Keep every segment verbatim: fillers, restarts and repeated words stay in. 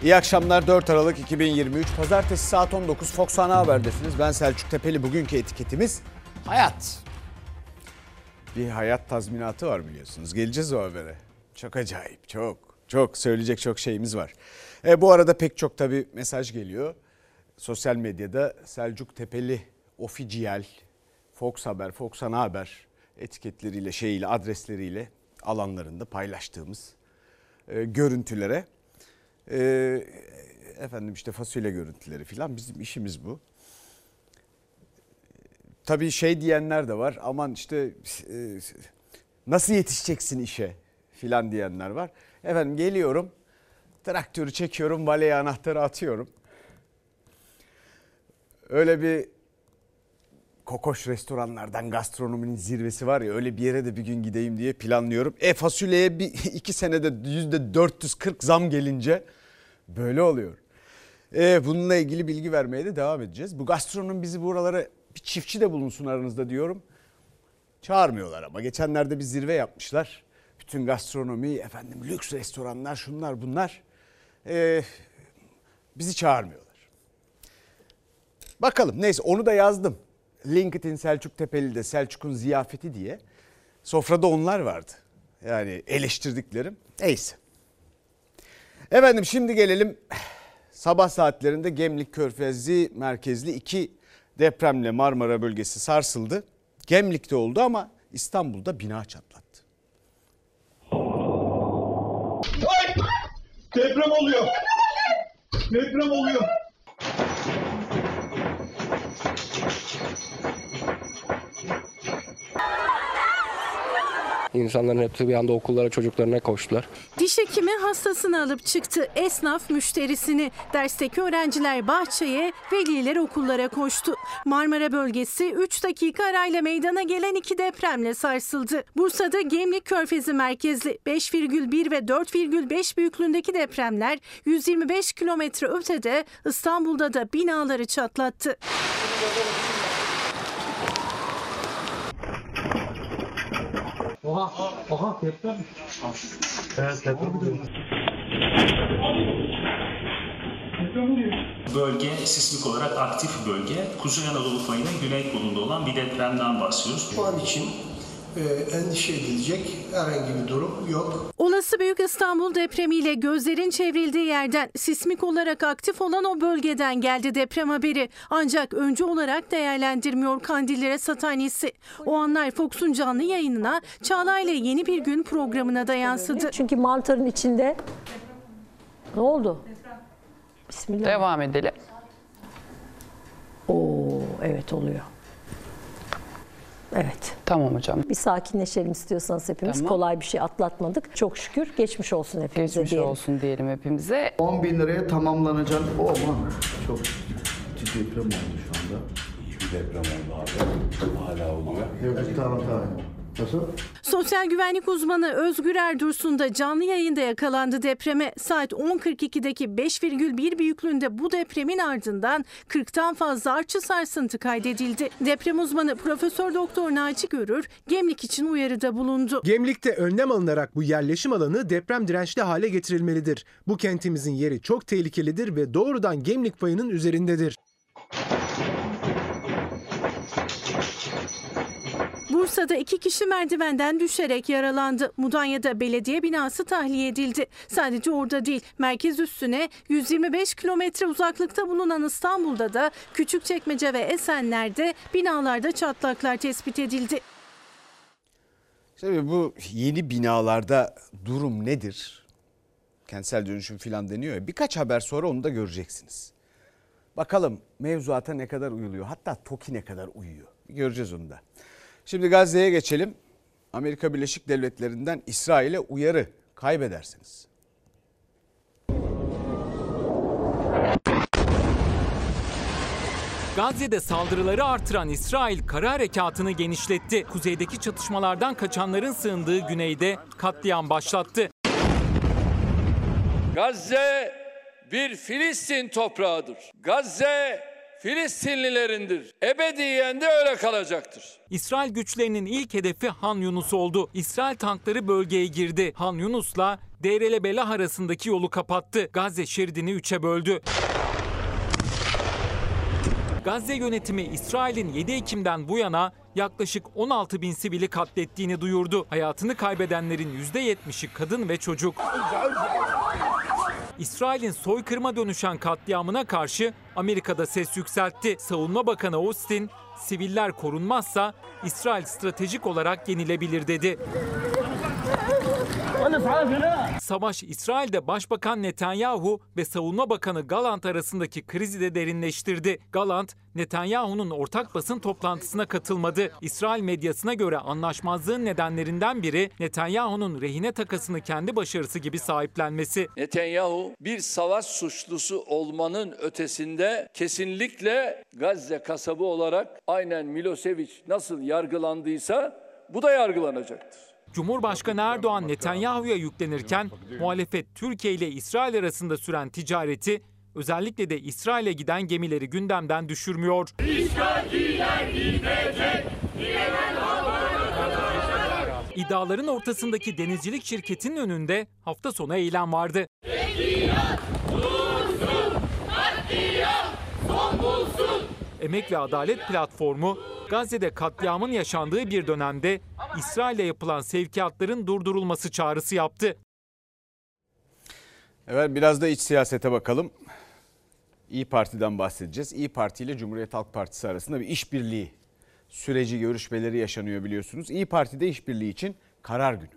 İyi akşamlar, dört Aralık iki bin yirmi üç Pazartesi saat on dokuz Fox Ana Haber'desiniz. Ben Selçuk Tepeli. Bugünkü etiketimiz hayat. Bir hayat tazminatı var biliyorsunuz. Geleceğiz o habere. Çok acayip, çok çok söyleyecek çok şeyimiz var. E, bu arada pek çok tabii mesaj geliyor. Sosyal medyada Selçuk Tepeli Official, Fox Haber, Fox Ana Haber etiketleriyle, şeyiyle, adresleriyle alanlarında paylaştığımız e, görüntülere. Ee, efendim işte fasulye görüntüleri filan, bizim işimiz bu. Tabii şey diyenler de var, aman işte e, nasıl yetişeceksin işe filan diyenler var. Efendim geliyorum, traktörü çekiyorum, valeye anahtarı atıyorum. Öyle bir kokoş restoranlardan gastronominin zirvesi var ya, öyle bir yere de bir gün gideyim diye planlıyorum. E fasulyeye bir iki senede yüzde dört yüz kırk zam gelince böyle oluyor. E, bununla ilgili bilgi vermeye de devam edeceğiz. Bu gastronomi bizi buralara, bir çiftçi de bulunsun aranızda diyorum. Çağırmıyorlar ama geçenlerde bir zirve yapmışlar. Bütün gastronomi, efendim lüks restoranlar, şunlar bunlar. E, bizi çağırmıyorlar. Bakalım, neyse, onu da yazdım. LinkedIn Selçuk Tepeli'de Selçuk'un ziyafeti diye. Sofrada onlar vardı. Yani eleştirdiklerim. Neyse. Efendim şimdi gelelim, sabah saatlerinde Gemlik Körfezi merkezli iki depremle Marmara bölgesi sarsıldı. Gemlik'te oldu ama İstanbul'da bina çatlattı. Ay! Deprem oluyor. Deprem oluyor. İnsanların hepsi bir anda okullara, çocuklarına koştular. Diş hekimi hastasını alıp çıktı. Esnaf müşterisini. Dersteki öğrenciler bahçeye, veliler okullara koştu. Marmara bölgesi üç dakika arayla meydana gelen iki depremle sarsıldı. Bursa'da Gemlik Körfezi merkezli beş virgül bir ve dört virgül beş büyüklüğündeki depremler yüz yirmi beş kilometre ötede İstanbul'da da binaları çatlattı. Oha, oha deprem. Evet, deprem oluyor. Deprem oluyor. Bölge sismik olarak aktif bölge. Kuzey Anadolu fayının güney kolunda olan bir depremden bahsediyoruz. Şu an için e, endişe edilecek herhangi bir durum yok. Olası Büyük İstanbul depremiyle gözlerin çevrildiği yerden, sismik olarak aktif olan o bölgeden geldi deprem haberi. Ancak öncü olarak değerlendirmiyor Kandillere Satanisi. O anlar Fox'un canlı yayınına, Çağla'yla Yeni Bir Gün programına da yansıdı. Çünkü mantarın içinde ne oldu? Bismillah. Devam edelim. Oo, evet oluyor. Evet. Tamam hocam. Bir sakinleşelim istiyorsanız hepimiz. Tamam. Kolay bir şey atlatmadık. Çok şükür geçmiş olsun hepimize Geçmiş diyelim. olsun diyelim hepimize. on bin liraya tamamlanacak. O aman çok ciddi deprem oldu şu anda. İyi bir deprem oldu abi. Hala oluyor. Evet, tamam tamam. Nasıl? Sosyal güvenlik uzmanı Özgür Erdursun da canlı yayında yakalandı depreme. Saat on kırk ikideki beş virgül bir büyüklüğünde bu depremin ardından kırktan fazla artçı sarsıntı kaydedildi. Deprem uzmanı Profesör Doktor Naci Görür, Gemlik için uyarıda bulundu. Gemlik'te önlem alınarak bu yerleşim alanı deprem dirençli hale getirilmelidir. Bu kentimizin yeri çok tehlikelidir ve doğrudan Gemlik fayının üzerindedir. Bursa'da iki kişi merdivenden düşerek yaralandı. Mudanya'da belediye binası tahliye edildi. Sadece orada değil, merkez üstüne yüz yirmi beş kilometre uzaklıkta bulunan İstanbul'da da Küçükçekmece ve Esenler'de binalarda çatlaklar tespit edildi. Tabii bu yeni binalarda durum nedir? Kentsel dönüşüm filan deniyor ya, birkaç haber sonra onu da göreceksiniz. Bakalım mevzuata ne kadar uyuluyor, hatta TOKİ ne kadar uyuyor, göreceğiz onu da. Şimdi Gazze'ye geçelim. Amerika Birleşik Devletleri'nden İsrail'e uyarı: kaybedersiniz. Gazze'de saldırıları artıran İsrail kara harekatını genişletti. Kuzeydeki çatışmalardan kaçanların sığındığı güneyde katliam başlattı. Gazze bir Filistin toprağıdır. Gazze Filistinlilerindir. Ebediyen de öyle kalacaktır. İsrail güçlerinin ilk hedefi Han Yunus oldu. İsrail tankları bölgeye girdi. Han Yunus'la Deir el-Belah arasındaki yolu kapattı. Gazze şeridini üçe böldü. Gazze yönetimi İsrail'in yedi Ekim'den bu yana yaklaşık on altı bin sivili katlettiğini duyurdu. Hayatını kaybedenlerin yüzde yetmişi kadın ve çocuk. İsrail'in soykırıma dönüşen katliamına karşı Amerika'da ses yükseltti. Savunma Bakanı Austin, siviller korunmazsa İsrail stratejik olarak yenilebilir dedi. Savaş İsrail'de Başbakan Netanyahu ve Savunma Bakanı Gallant arasındaki krizi de derinleştirdi. Gallant, Netanyahu'nun ortak basın toplantısına katılmadı. İsrail medyasına göre anlaşmazlığın nedenlerinden biri Netanyahu'nun rehine takasını kendi başarısı gibi sahiplenmesi. Netanyahu bir savaş suçlusu olmanın ötesinde kesinlikle Gazze kasabı olarak aynen Milosevic nasıl yargılandıysa bu da yargılanacaktır. Cumhurbaşkanı Erdoğan Netanyahu'ya yüklenirken muhalefet Türkiye ile İsrail arasında süren ticareti, özellikle de İsrail'e giden gemileri gündemden düşürmüyor. İddiaların ortasındaki denizcilik şirketinin önünde hafta sonu eylem vardı. Emek ve Adalet Platformu, Gazze'de katliamın yaşandığı bir dönemde İsrail'e yapılan sevkiyatların durdurulması çağrısı yaptı. Evet, biraz da iç siyasete bakalım. İYİ Parti'den bahsedeceğiz. İYİ Parti ile Cumhuriyet Halk Partisi arasında bir işbirliği süreci, görüşmeleri yaşanıyor biliyorsunuz. İYİ Parti'de işbirliği için karar günü.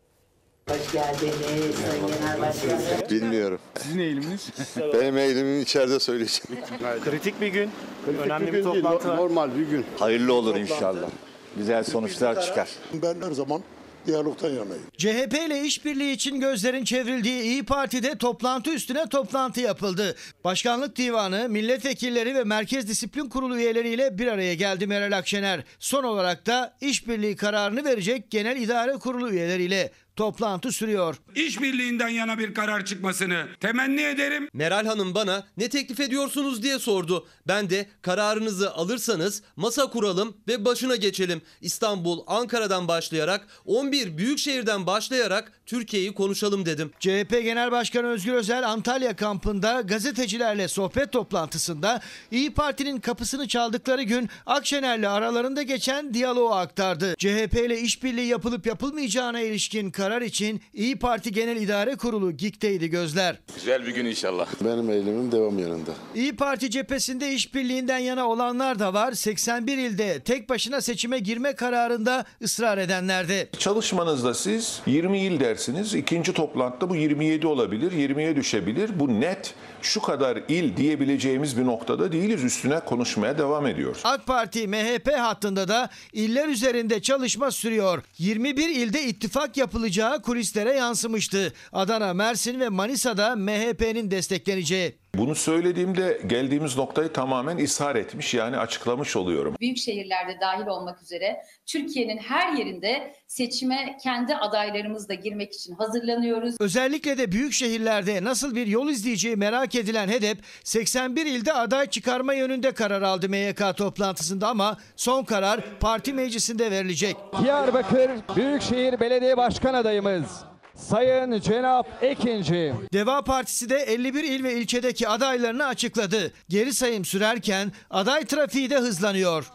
Hoş geldiniz Sayın Genel Başkanım. Bilmiyorum. Sizin eğiliminiz? Benim eğilimimi içeride söyleyeceğim. Kritik bir gün. Kritik Önemli bir, bir gün toplantı değil, var. normal bir gün. Hayırlı olur inşallah. Güzel sonuçlar çıkar. Ben her zaman diyalogtan yanayım. C H P ile işbirliği için gözlerin çevrildiği İYİ Parti'de toplantı üstüne toplantı yapıldı. Başkanlık Divanı, milletvekilleri ve Merkez Disiplin Kurulu üyeleriyle bir araya geldi Meral Akşener. Son olarak da işbirliği kararını verecek Genel İdare Kurulu üyeleriyle toplantı sürüyor. İşbirliğinden yana bir karar çıkmasını temenni ederim. Meral Hanım bana ne teklif ediyorsunuz diye sordu. Ben de kararınızı alırsanız masa kuralım ve başına geçelim. İstanbul, Ankara'dan başlayarak on bir büyük şehirden başlayarak Türkiye'yi konuşalım dedim. C H P Genel Başkanı Özgür Özel Antalya kampında gazetecilerle sohbet toplantısında İYİ Parti'nin kapısını çaldıkları gün Akşener'le aralarında geçen diyaloğu aktardı. C H P ile işbirliği yapılıp yapılmayacağına ilişkin karar için İYİ Parti Genel İdare Kurulu G İ K'teydi gözler. Güzel bir gün inşallah. Benim eğilimim devam yanında. İYİ Parti cephesinde işbirliğinden yana olanlar da var. seksen bir ilde tek başına seçime girme kararında ısrar edenler de. Çalışmanızda siz yirmi il dersiniz. İkinci toplantıda bu yirmi yedi olabilir, yirmiye düşebilir. Bu net şu kadar il diyebileceğimiz bir noktada değiliz. Üstüne konuşmaya devam ediyoruz. AK Parti M H P hattında da iller üzerinde çalışma sürüyor. yirmi bir ilde ittifak yapılacağı kulislere yansımıştı. Adana, Mersin ve Manisa'da M H P'nin destekleneceği. Bunu söylediğimde geldiğimiz noktayı tamamen ishar etmiş, yani açıklamış oluyorum. Büyük şehirlerde dahil olmak üzere Türkiye'nin her yerinde seçime kendi adaylarımızla girmek için hazırlanıyoruz. Özellikle de büyük şehirlerde nasıl bir yol izleyeceği merak edilen HEDEP seksen bir ilde aday çıkarma yönünde karar aldı M Y K toplantısında ama son karar parti meclisinde verilecek. Diyarbakır Büyükşehir Belediye Başkan adayımız Sayın Cenap Ekinci. Deva Partisi de elli bir il ve ilçedeki adaylarını açıkladı. Geri sayım sürerken aday trafiği de hızlanıyor.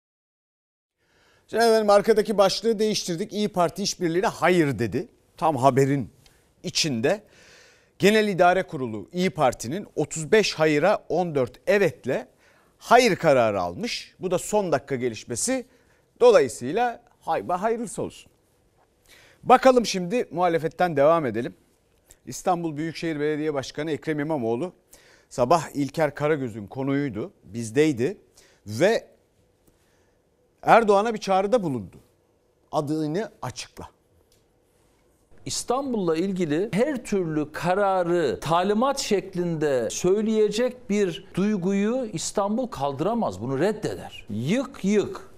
Şimdi efendim arkadaki başlığı değiştirdik. İYİ Parti işbirliğine hayır dedi. Tam haberin içinde. Genel İdare Kurulu İYİ Parti'nin otuz beş hayıra on dört evetle hayır kararı almış. Bu da son dakika gelişmesi. Dolayısıyla hayba hayırlısı olsun. Bakalım şimdi muhalefetten devam edelim. İstanbul Büyükşehir Belediye Başkanı Ekrem İmamoğlu sabah İlker Karagöz'ün konuğuydu, bizdeydi ve Erdoğan'a bir çağrıda bulundu. Adını açıkla. İstanbul'la ilgili her türlü kararı talimat şeklinde söyleyecek bir duyguyu İstanbul kaldıramaz. Bunu reddeder. Yık yık,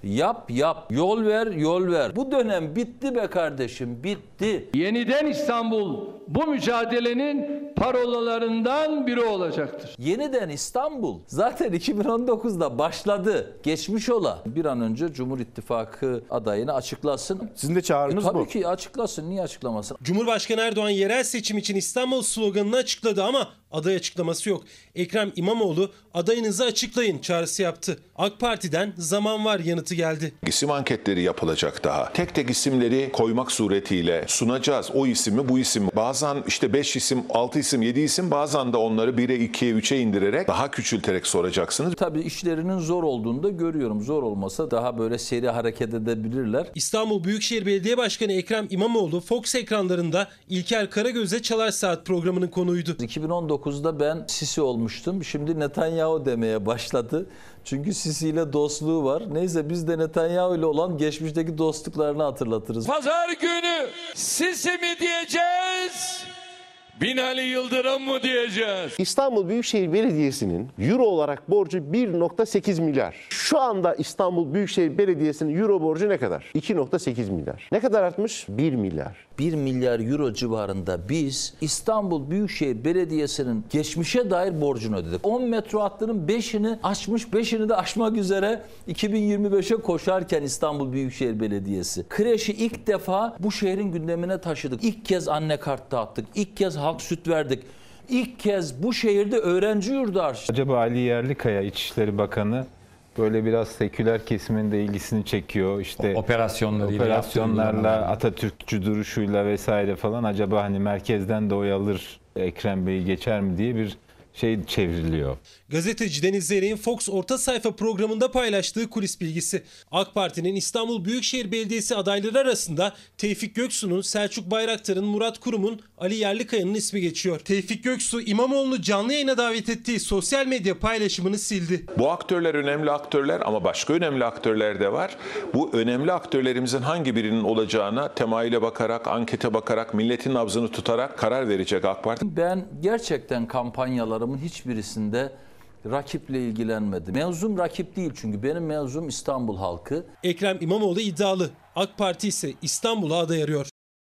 Yap yap. Yol ver yol ver. Bu dönem bitti be kardeşim, bitti. Yeniden İstanbul bu mücadelenin parolalarından biri olacaktır. Yeniden İstanbul zaten iki bin on dokuzda başladı. Geçmiş ola. Bir an önce Cumhur İttifakı adayını açıklasın. Sizin de çağrınız e, tabii bu. Tabii ki açıklasın. Niye açıklamasın? Cumhurbaşkanı Erdoğan yerel seçim için İstanbul sloganını açıkladı ama aday açıklaması yok. Ekrem İmamoğlu adayınızı açıklayın çağrısı yaptı. AK Parti'den zaman var yanıtı geldi. İsim anketleri yapılacak daha. Tek tek isimleri koymak suretiyle sunacağız. O ismi, bu ismi. Bazen işte beş isim, altı isim, yedi isim, bazen de onları bire, ikiye, üçe indirerek daha küçülterek soracaksınız. Tabii işlerinin zor olduğunu da görüyorum. Zor olmasa daha böyle seri hareket edebilirler. İstanbul Büyükşehir Belediye Başkanı Ekrem İmamoğlu Fox ekranlarında İlker Karagöz'e Çalar Saat programının konuğuydu. iki bin on dokuzda ben Sisi olmuştum. Şimdi Netanyahu demeye başladı. Çünkü Sisi ile dostluğu var. Neyse biz de Netanyahu ile olan geçmişteki dostluklarını hatırlatırız. Pazar günü Sisi mi diyeceğiz? Binali Yıldırım mı diyeceğiz? İstanbul Büyükşehir Belediyesi'nin euro olarak borcu bir nokta sekiz milyar. Şu anda İstanbul Büyükşehir Belediyesi'nin euro borcu ne kadar? iki nokta sekiz milyar. Ne kadar artmış? bir milyar. bir milyar euro civarında biz İstanbul Büyükşehir Belediyesi'nin geçmişe dair borcunu ödedik. on metro hattının beşini aşmış, beşini de aşmak üzere iki bin yirmi beşe koşarken İstanbul Büyükşehir Belediyesi. Kreşi ilk defa bu şehrin gündemine taşıdık. İlk kez anne kart dağıttık. İlk kez halk süt verdik. İlk kez bu şehirde öğrenci yurdu açtık. Acaba Ali Yerlikaya İçişleri Bakanı böyle biraz seküler kesimin de ilgisini çekiyor. İşte operasyonlarıyla, operasyonlarla, Atatürkçü duruşuyla vesaire falan, acaba hani merkezden de oy alır, Ekrem Bey'i geçer mi diye bir şey çevriliyor. Gazeteci Deniz Zeyrek'in Fox orta sayfa programında paylaştığı kulis bilgisi. AK Parti'nin İstanbul Büyükşehir Belediyesi adayları arasında Tevfik Göksu'nun, Selçuk Bayraktar'ın, Murat Kurum'un, Ali Yerlikaya'nın ismi geçiyor. Tevfik Göksu İmamoğlu'nu canlı yayına davet ettiği sosyal medya paylaşımını sildi. Bu aktörler önemli aktörler ama başka önemli aktörler de var. Bu önemli aktörlerimizin hangi birinin olacağına temayüle bakarak, ankete bakarak, milletin nabzını tutarak karar verecek AK Parti. Ben gerçekten kampanyalarımın hiçbirisinde rakiple ilgilenmedim. Mevzum rakip değil, çünkü benim mevzum İstanbul halkı. Ekrem İmamoğlu iddialı. AK Parti ise İstanbul'a aday arıyor.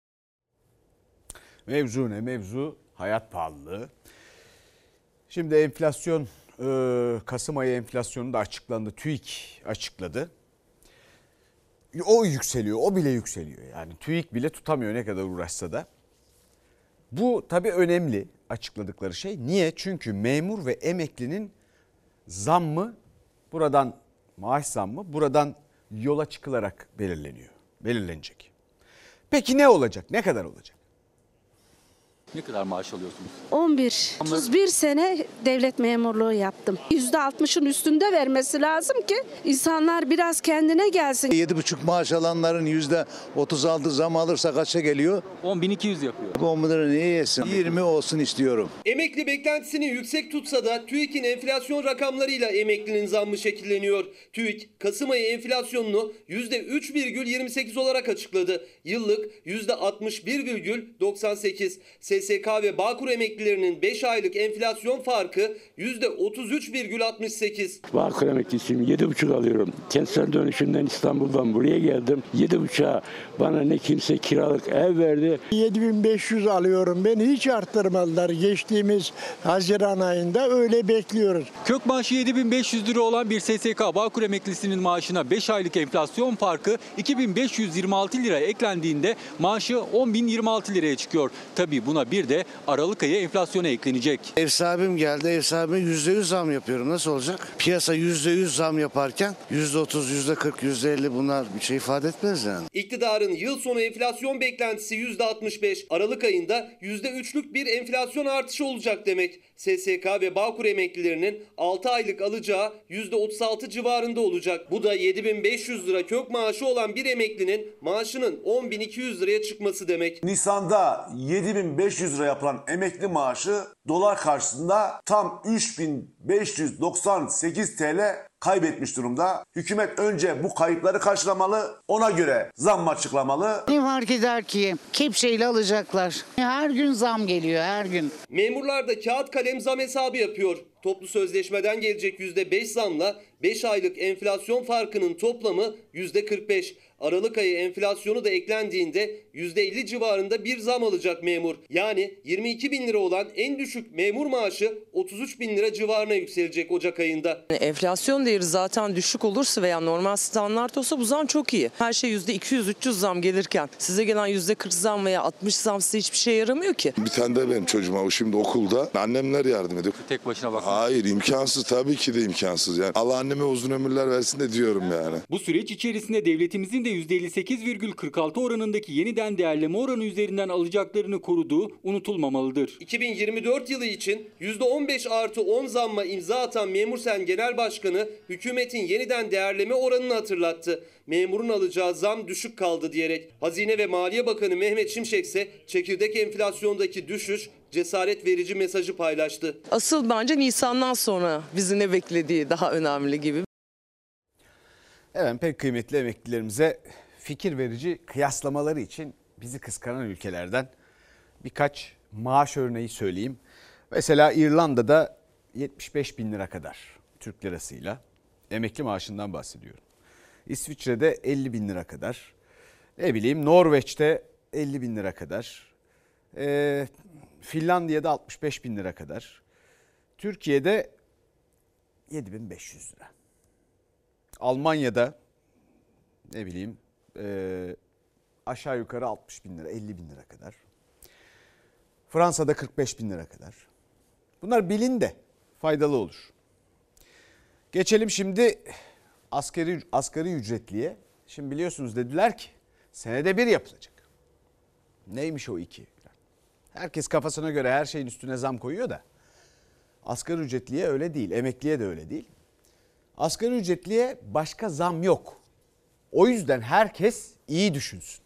Mevzu ne? Mevzu hayat pahalılığı. Şimdi enflasyon, Kasım ayı enflasyonu da açıklandı. TÜİK açıkladı. O yükseliyor, o bile yükseliyor. Yani TÜİK bile tutamıyor ne kadar uğraşsa da. Bu tabii önemli açıkladıkları şey. Niye? Çünkü memur ve emeklinin zammı, buradan maaş zammı buradan yola çıkılarak belirleniyor. Belirlenecek. Peki ne olacak? Ne kadar olacak? Ne kadar maaş alıyorsunuz? on bir. otuz bir sene devlet memurluğu yaptım. yüzde altmışın üstünde vermesi lazım ki insanlar biraz kendine gelsin. yedi buçuk maaş alanların yüzde otuz altı zam alırsa kaça geliyor? on bin iki yüz yapıyor. on bin lira niye yesin? yirmi olsun istiyorum. Emekli beklentisini yüksek tutsa da TÜİK'in enflasyon rakamlarıyla emeklinin zammı şekilleniyor. TÜİK Kasım ayı enflasyonunu yüzde üç virgül yirmi sekiz olarak açıkladı. Yıllık yüzde altmış bir virgül doksan sekiz. S S K ve Bağkur emeklilerinin beş aylık enflasyon farkı yüzde otuz üç virgül altmış sekiz. Bağkur emeklisiyim, yedi buçuk alıyorum. Kentsel dönüşümden İstanbul'dan buraya geldim. yedi buçuğa bana ne kimse kiralık ev verdi. yedi bin beş yüz alıyorum. Beni hiç arttırmadılar. Geçtiğimiz Haziran ayında öyle bekliyoruz. Kök maaşı yedi bin beş yüz lira olan bir S S K Bağkur emeklisinin maaşına beş aylık enflasyon farkı iki bin beş yüz yirmi altı lira eklendiğinde maaşı on bin yirmi altı liraya çıkıyor. Tabii buna bir de Aralık ayı enflasyona eklenecek. Ev sahibim geldi, ev sahibime yüzde yüz zam yapıyorum. Nasıl olacak? Piyasa yüzde yüz zam yaparken yüzde otuz, yüzde kırk, yüzde elli bunlar bir şey ifade etmez yani. İktidarın yıl sonu enflasyon beklentisi yüzde altmış beş. Aralık ayında yüzde üçlük bir enflasyon artışı olacak demek. S S K ve Bağkur emeklilerinin altı aylık alacağı yüzde otuz altı civarında olacak. Bu da yedi bin beş yüz lira kök maaşı olan bir emeklinin maaşının on bin iki yüz liraya çıkması demek. Nisan'da yedi bin beş yüz lira yapılan emekli maaşı dolar karşısında tam üç bin beş yüz doksan sekiz T L kaybetmiş durumda. Hükümet önce bu kayıpları karşılamalı, ona göre zam açıklamalı. Ne fark eder ki? Kepçeyle alacaklar. Her gün zam geliyor, her gün. Memurlar da kağıt kalem zam hesabı yapıyor. Toplu sözleşmeden gelecek yüzde beş zamla beş aylık enflasyon farkının toplamı yüzde kırk beş. Aralık ayı enflasyonu da eklendiğinde yüzde elli civarında bir zam alacak memur. Yani yirmi iki bin lira olan en düşük memur maaşı otuz üç bin lira civarına yükselecek Ocak ayında. Enflasyon değeri zaten düşük olursa veya normal standart olsa bu zam çok iyi. Her şey yüzde iki yüz üç yüz zam gelirken size gelen yüzde kırk zam veya altmış zam size hiçbir şey yaramıyor ki. Bir tane de benim çocuğuma, o şimdi okulda. Annemler yardım ediyor. Tek başına bak. Hayır, imkansız, tabii ki de imkansız yani. Allah anneme uzun ömürler versin de diyorum yani. Bu süreç içerisinde devletimizin de yüzde elli sekiz virgül kırk altı oranındaki yeniden değerleme oranı üzerinden alacaklarını koruduğu unutulmamalıdır. iki bin yirmi dört yılı için yüzde on beş artı on zamma imza atan Memursen Genel Başkanı hükümetin yeniden değerleme oranını hatırlattı. Memurun alacağı zam düşük kaldı diyerek. Hazine ve Maliye Bakanı Mehmet Şimşek ise çekirdek enflasyondaki düşüş cesaret verici mesajı paylaştı. Asıl bence Nisan'dan sonra bizi ne beklediği daha önemli gibi. Evet, pek kıymetli emeklilerimize fikir verici kıyaslamaları için bizi kıskanan ülkelerden birkaç maaş örneği söyleyeyim. Mesela İrlanda'da yetmiş beş bin lira kadar Türk lirasıyla emekli maaşından bahsediyorum. İsviçre'de elli bin lira kadar. Ne bileyim Norveç'te elli bin lira kadar. Ee, Finlandiya'da altmış beş bin lira kadar. Türkiye'de yedi bin beş yüz lira. Almanya'da ne bileyim e, aşağı yukarı altmış bin lira, elli bin lira kadar. Fransa'da kırk beş bin lira kadar. Bunlar bilin de faydalı olur. Geçelim şimdi asgari, asgari ücretliye. Şimdi biliyorsunuz dediler ki senede bir yapılacak. Neymiş o iki? Herkes kafasına göre her şeyin üstüne zam koyuyor da asgari ücretliye öyle değil, emekliye de öyle değil. Asgari ücretliye başka zam yok. O yüzden herkes iyi düşünsün.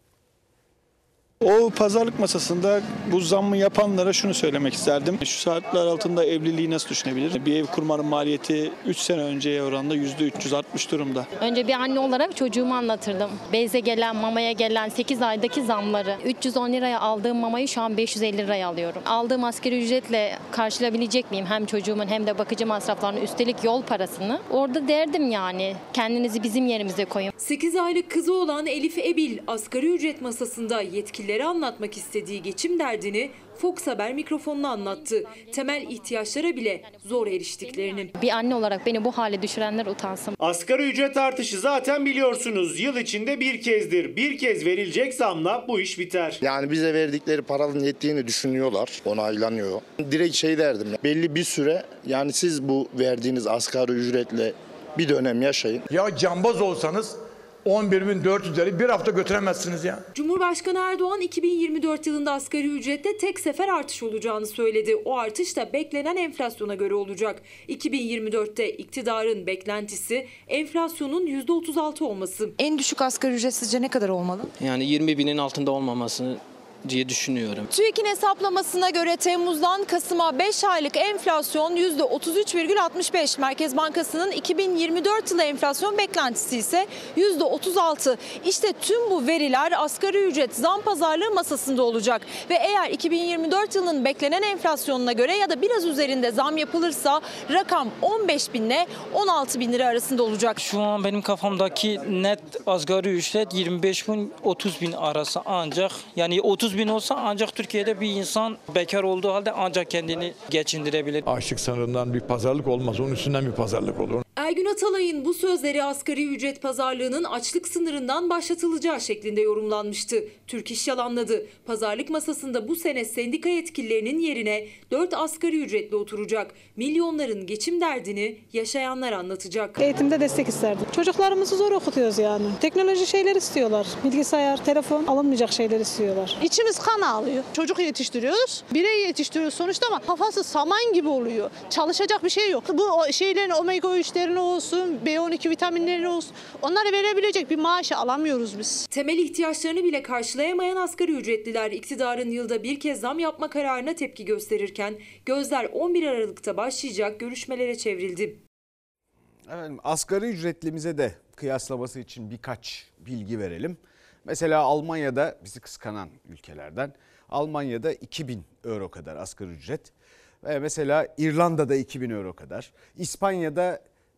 O pazarlık masasında bu zammı yapanlara şunu söylemek isterdim. Şu saatler altında evliliği nasıl düşünebilir? Bir ev kurmanın maliyeti üç sene önceye oranla yüzde üç yüz artmış durumda. Önce bir anne olarak çocuğumu anlatırdım. Beze gelen, mamaya gelen sekiz aydaki zamları. üç yüz on liraya aldığım mamayı şu an beş yüz elli liraya alıyorum. Aldığım asgari ücretle karşılayabilecek miyim hem çocuğumun hem de bakıcı masraflarını, üstelik yol parasını? Orada derdim yani kendinizi bizim yerimize koyun. sekiz aylık kızı olan Elif Ebil asgari ücret masasında yetkilileri anlatmak istediği geçim derdini Fox Haber mikrofonuna anlattı. Temel ihtiyaçlara bile zor eriştiklerini. Bir anne olarak beni bu hale düşürenler utansın. Asgari ücret artışı zaten biliyorsunuz yıl içinde bir kezdir. Bir kez verilecek zamla bu iş biter. Yani bize verdikleri paranın yettiğini düşünüyorlar. Onaylanıyor. Direkt şey derdim. Belli bir süre yani siz bu verdiğiniz asgari ücretle bir dönem yaşayın. Ya cambaz olsanız on bir bin dört yüz lirayı bir hafta götüremezsiniz ya. Cumhurbaşkanı Erdoğan iki bin yirmi dört yılında asgari ücrette tek sefer artış olacağını söyledi. O artış da beklenen enflasyona göre olacak. iki bin yirmi dörtte iktidarın beklentisi enflasyonun yüzde otuz altı olması. En düşük asgari ücret sizce ne kadar olmalı? Yani yirmi binin altında olmamasını diye düşünüyorum. TÜİK'in hesaplamasına göre Temmuz'dan Kasım'a beş aylık enflasyon yüzde otuz üç virgül altmış beş. Merkez Bankası'nın iki bin yirmi dört yılı enflasyon beklentisi ise yüzde otuz altı. İşte tüm bu veriler asgari ücret zam pazarlığı masasında olacak. Ve eğer iki bin yirmi dört yılının beklenen enflasyonuna göre ya da biraz üzerinde zam yapılırsa rakam on beş bin ile on altı bin lira arasında olacak. Şu an benim kafamdaki net asgari ücret yirmi beş bin otuz bin arası ancak yani otuz bin olsa ancak Türkiye'de bir insan bekar olduğu halde ancak kendini geçindirebilir. Açlık sınırından bir pazarlık olmaz. Onun üstünden bir pazarlık olur. Ergün Atalay'ın bu sözleri asgari ücret pazarlığının açlık sınırından başlatılacağı şeklinde yorumlanmıştı. Türk İş yalanladı. Pazarlık masasında bu sene sendika yetkililerinin yerine dört asgari ücretli oturacak. Milyonların geçim derdini yaşayanlar anlatacak. Eğitimde destek isterdim. Çocuklarımızı zor okutuyoruz yani. Teknoloji şeyler istiyorlar. Bilgisayar, telefon alınmayacak şeyler istiyorlar. İçimiz kan ağlıyor. Çocuk yetiştiriyoruz, birey yetiştiriyoruz sonuçta ama kafası saman gibi oluyor. Çalışacak bir şey yok. Bu şeylerin omega üçlerine olsun, B on iki vitaminlerine olsun onları verebilecek bir maaşı alamıyoruz biz. Temel ihtiyaçlarını bile karşılayamayan asgari ücretliler iktidarın yılda bir kez zam yapma kararına tepki gösterirken gözler on bir Aralık'ta başlayacak görüşmelere çevrildi. Efendim, asgari ücretlimize de kıyaslaması için birkaç bilgi verelim. Mesela Almanya'da bizi kıskanan ülkelerden Almanya'da iki bin euro kadar asgari ücret ve mesela İrlanda'da iki bin euro kadar, İspanya'da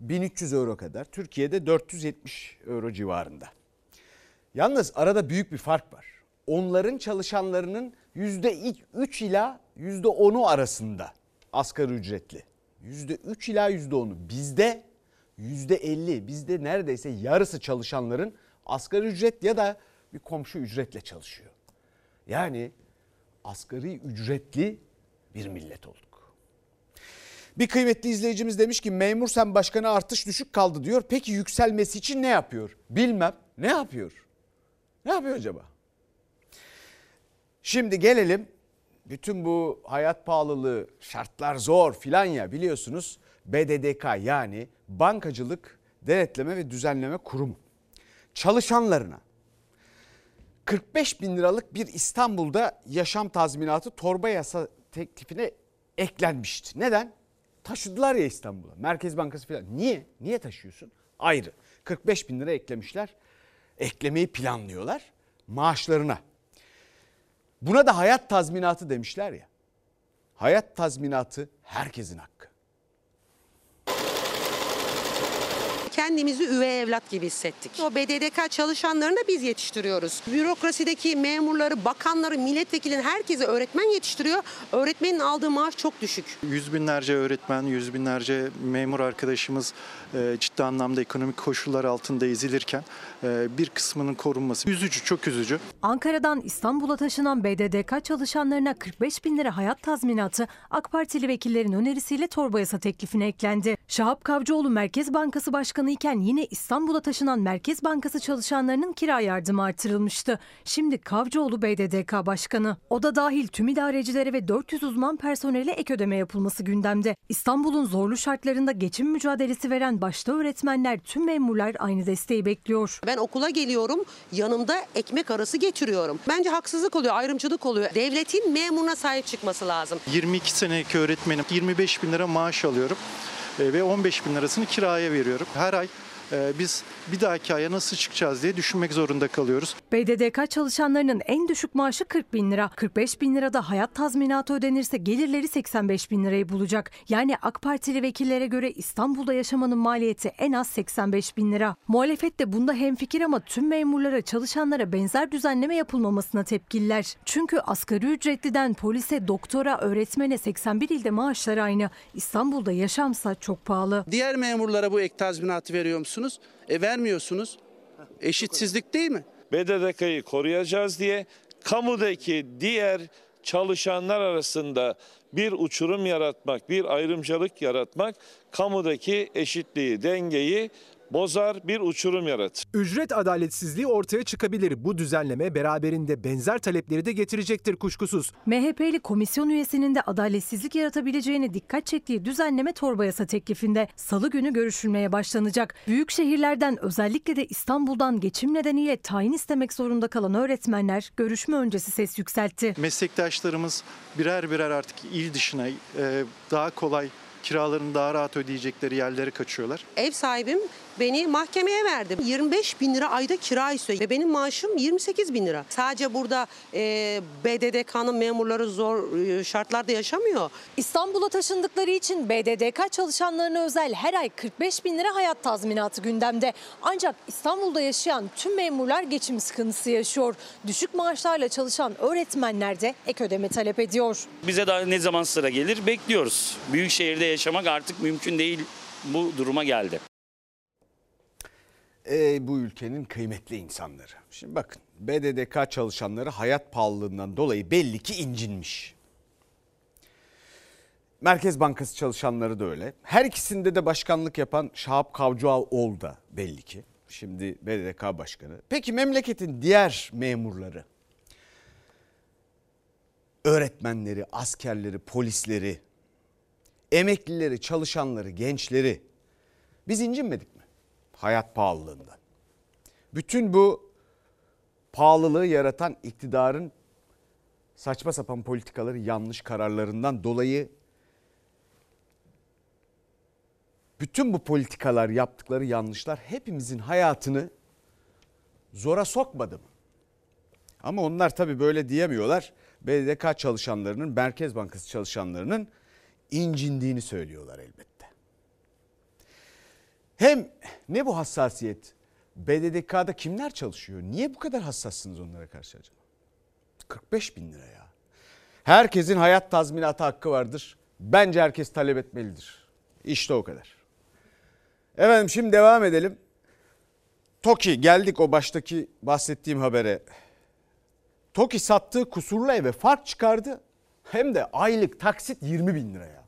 bin üç yüz euro kadar. Türkiye'de dört yüz yetmiş euro civarında. Yalnız arada büyük bir fark var. Onların çalışanlarının yüzde üç ila yüzde onu arasında asgari ücretli. yüzde üç ila yüzde onu. Bizde yüzde elli, bizde neredeyse yarısı çalışanların asgari ücret ya da bir komşu ücretle çalışıyor. Yani asgari ücretli bir millet olduk. Bir kıymetli izleyicimiz demiş ki memur sen başkanı artış düşük kaldı diyor. Peki yükselmesi için ne yapıyor? Bilmem. Ne yapıyor? Ne yapıyor acaba? Şimdi gelelim bütün bu hayat pahalılığı, şartlar zor filan ya biliyorsunuz B D D K yani Bankacılık Denetleme ve Düzenleme Kurumu çalışanlarına kırk beş bin liralık bir İstanbul'da yaşam tazminatı torba yasa teklifine eklenmişti. Neden? Taşıdılar ya İstanbul'a. Merkez Bankası falan. Niye? Niye taşıyorsun? Ayrı. kırk beş bin lira eklemişler. Eklemeyi planlıyorlar maaşlarına. Buna da hayat tazminatı demişler ya. Hayat tazminatı herkesin hakkı. Kendimizi üvey evlat gibi hissettik. O B D D K çalışanlarını da biz yetiştiriyoruz. Bürokrasideki memurları, bakanları, milletvekilini herkese öğretmen yetiştiriyor. Öğretmenin aldığı maaş çok düşük. Yüz binlerce öğretmen, yüz binlerce memur arkadaşımız ciddi anlamda ekonomik koşullar altında ezilirken bir kısmının korunması üzücü, çok üzücü. Ankara'dan İstanbul'a taşınan B D D K çalışanlarına kırk beş bin lira hayat tazminatı AK Partili vekillerin önerisiyle torba yasa teklifine eklendi. Şahap Kavcıoğlu Merkez Bankası Başkanı iken yine İstanbul'a taşınan Merkez Bankası çalışanlarının kira yardımı artırılmıştı. Şimdi Kavcıoğlu B D D K Başkanı. O da dahil tüm idarecilere ve dört yüz uzman personele ek ödeme yapılması gündemde. İstanbul'un zorlu şartlarında geçim mücadelesi veren başta öğretmenler, tüm memurlar aynı desteği bekliyor. Ben okula geliyorum, yanımda ekmek arası getiriyorum. Bence haksızlık oluyor, ayrımcılık oluyor. Devletin memuruna sahip çıkması lazım. yirmi iki senelik öğretmenim, yirmi beş bin lira maaş alıyorum ve on beş bin lirasını kiraya veriyorum. Her ay biz bir dahaki aya nasıl çıkacağız diye düşünmek zorunda kalıyoruz. B D D K çalışanlarının en düşük maaşı kırk bin lira. kırk beş bin lirada hayat tazminatı ödenirse gelirleri seksen beş bin lirayı bulacak. Yani AK Partili vekillere göre İstanbul'da yaşamanın maliyeti en az seksen beş bin lira. Muhalefet de bunda hemfikir ama tüm memurlara, çalışanlara benzer düzenleme yapılmamasına tepkililer. Çünkü asgari ücretliden polise, doktora, öğretmene seksen bir ilde maaşlar aynı. İstanbul'da yaşamsa çok pahalı. Diğer memurlara bu ek tazminatı veriyor musunuz? E vermiyorsunuz. Eşitsizlik değil mi? B D D K'yı koruyacağız diye kamudaki diğer çalışanlar arasında bir uçurum yaratmak, bir ayrımcılık yaratmak kamudaki eşitliği, dengeyi bozar, bir uçurum yaratır. Ücret adaletsizliği ortaya çıkabilir. Bu düzenleme beraberinde benzer talepleri de getirecektir kuşkusuz. M H P'li komisyon üyesinin de adaletsizlik yaratabileceğine dikkat çektiği düzenleme torba yasa teklifinde salı günü görüşülmeye başlanacak. Büyük şehirlerden, özellikle de İstanbul'dan geçim nedeniyle tayin istemek zorunda kalan öğretmenler görüşme öncesi ses yükseltti. Meslektaşlarımız birer birer artık il dışına daha kolay, kiralarını daha rahat ödeyecekleri yerlere kaçıyorlar. Ev sahibim beni mahkemeye verdi. yirmi beş bin lira ayda kira istiyor ve benim maaşım yirmi sekiz bin lira. Sadece burada e, B D D K'nın memurları zor e, şartlarda yaşamıyor. İstanbul'a taşındıkları için B D D K çalışanlarına özel her ay kırk beş bin lira hayat tazminatı gündemde. Ancak İstanbul'da yaşayan tüm memurlar geçim sıkıntısı yaşıyor. Düşük maaşlarla çalışan öğretmenler de ek ödeme talep ediyor. Bize daha ne zaman sıra gelir bekliyoruz. Büyük şehirde yaşamak artık mümkün değil, bu duruma geldi. E, bu ülkenin kıymetli insanları. Şimdi bakın B D D K çalışanları hayat pahalılığından dolayı belli ki incinmiş. Merkez Bankası çalışanları da öyle. Her ikisinde de başkanlık yapan Şahap Kavcıoğlu da belli ki. Şimdi B D D K başkanı. Peki memleketin diğer memurları, öğretmenleri, askerleri, polisleri, emeklileri, çalışanları, gençleri biz incinmedik mi? Hayat pahalılığından. Bütün bu pahalılığı yaratan iktidarın saçma sapan politikaları, yanlış kararlarından dolayı bütün bu politikalar, yaptıkları yanlışlar hepimizin hayatını zora sokmadı mı? Ama onlar tabii böyle diyemiyorlar. B D D K çalışanlarının, Merkez Bankası çalışanlarının incindiğini söylüyorlar elbette. Hem ne bu hassasiyet? B D D K'da kimler çalışıyor? Niye bu kadar hassassınız onlara karşı acaba? kırk beş bin lira ya. Herkesin hayat tazminatı hakkı vardır. Bence herkes talep etmelidir. İşte o kadar. Efendim şimdi devam edelim. TOKİ, geldik o baştaki bahsettiğim habere. TOKİ sattığı kusurlu eve fark çıkardı. Hem de aylık taksit yirmi bin liraya.